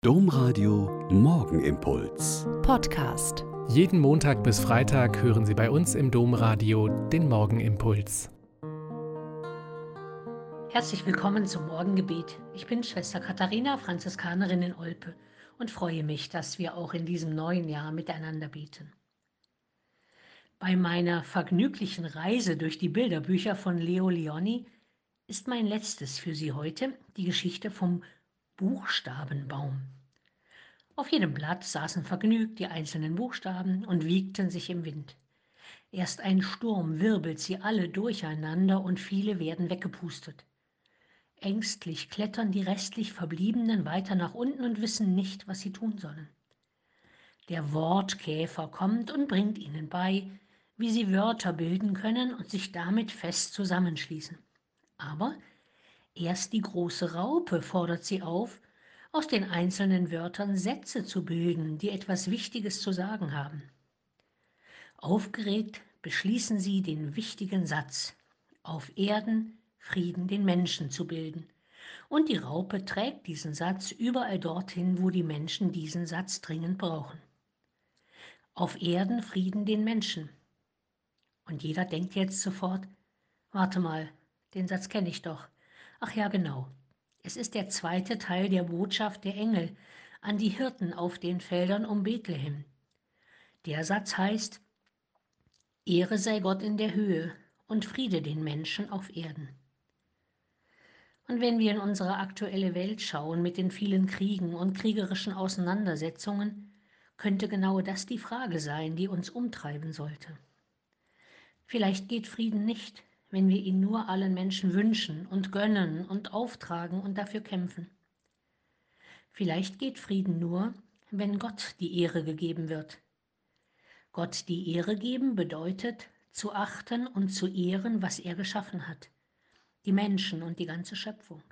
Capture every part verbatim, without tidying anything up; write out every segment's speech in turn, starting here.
Domradio Morgenimpuls. Podcast. Jeden Montag bis Freitag hören Sie bei uns im Domradio den Morgenimpuls. Herzlich willkommen zum Morgengebet. Ich bin Schwester Katharina, Franziskanerin in Olpe, und freue mich, dass wir auch in diesem neuen Jahr miteinander beten. Bei meiner vergnüglichen Reise durch die Bilderbücher von Leo Lionni ist mein letztes für Sie heute die Geschichte vom Buchstabenbaum. Auf jedem Blatt saßen vergnügt die einzelnen Buchstaben und wiegten sich im Wind. Erst ein Sturm wirbelt sie alle durcheinander und viele werden weggepustet. Ängstlich klettern die restlich Verbliebenen weiter nach unten und wissen nicht, was sie tun sollen. Der Wortkäfer kommt und bringt ihnen bei, wie sie Wörter bilden können und sich damit fest zusammenschließen. Aber erst die große Raupe fordert sie auf, aus den einzelnen Wörtern Sätze zu bilden, die etwas Wichtiges zu sagen haben. Aufgeregt beschließen sie den wichtigen Satz: Auf Erden Frieden den Menschen zu bilden. Und die Raupe trägt diesen Satz überall dorthin, wo die Menschen diesen Satz dringend brauchen. Auf Erden Frieden den Menschen. Und jeder denkt jetzt sofort: Warte mal, den Satz kenne ich doch. Ach ja, genau. Es ist der zweite Teil der Botschaft der Engel an die Hirten auf den Feldern um Bethlehem. Der Satz heißt: Ehre sei Gott in der Höhe und Friede den Menschen auf Erden. Und wenn wir in unsere aktuelle Welt schauen mit den vielen Kriegen und kriegerischen Auseinandersetzungen, könnte genau das die Frage sein, die uns umtreiben sollte. Vielleicht geht Frieden nicht, wenn wir ihn nur allen Menschen wünschen und gönnen und auftragen und dafür kämpfen. Vielleicht geht Frieden nur, wenn Gott die Ehre gegeben wird. Gott die Ehre geben bedeutet, zu achten und zu ehren, was er geschaffen hat, die Menschen und die ganze Schöpfung.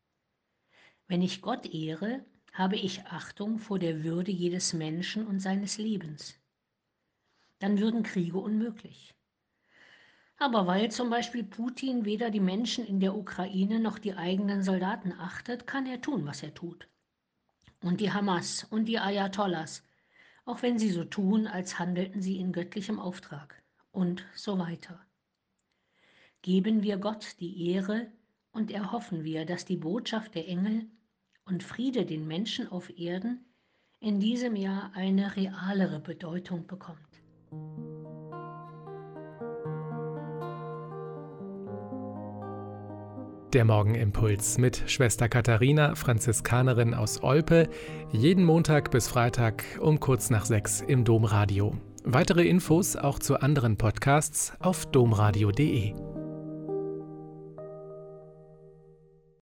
Wenn ich Gott ehre, habe ich Achtung vor der Würde jedes Menschen und seines Lebens. Dann würden Kriege unmöglich. Aber weil zum Beispiel Putin weder die Menschen in der Ukraine noch die eigenen Soldaten achtet, kann er tun, was er tut. Und die Hamas und die Ayatollahs, auch wenn sie so tun, als handelten sie in göttlichem Auftrag und so weiter. Geben wir Gott die Ehre und erhoffen wir, dass die Botschaft der Engel und Friede den Menschen auf Erden in diesem Jahr eine realere Bedeutung bekommt. Der Morgenimpuls mit Schwester Katharina, Franziskanerin aus Olpe, jeden Montag bis Freitag um kurz nach sechs im Domradio. Weitere Infos auch zu anderen Podcasts auf domradio punkt de.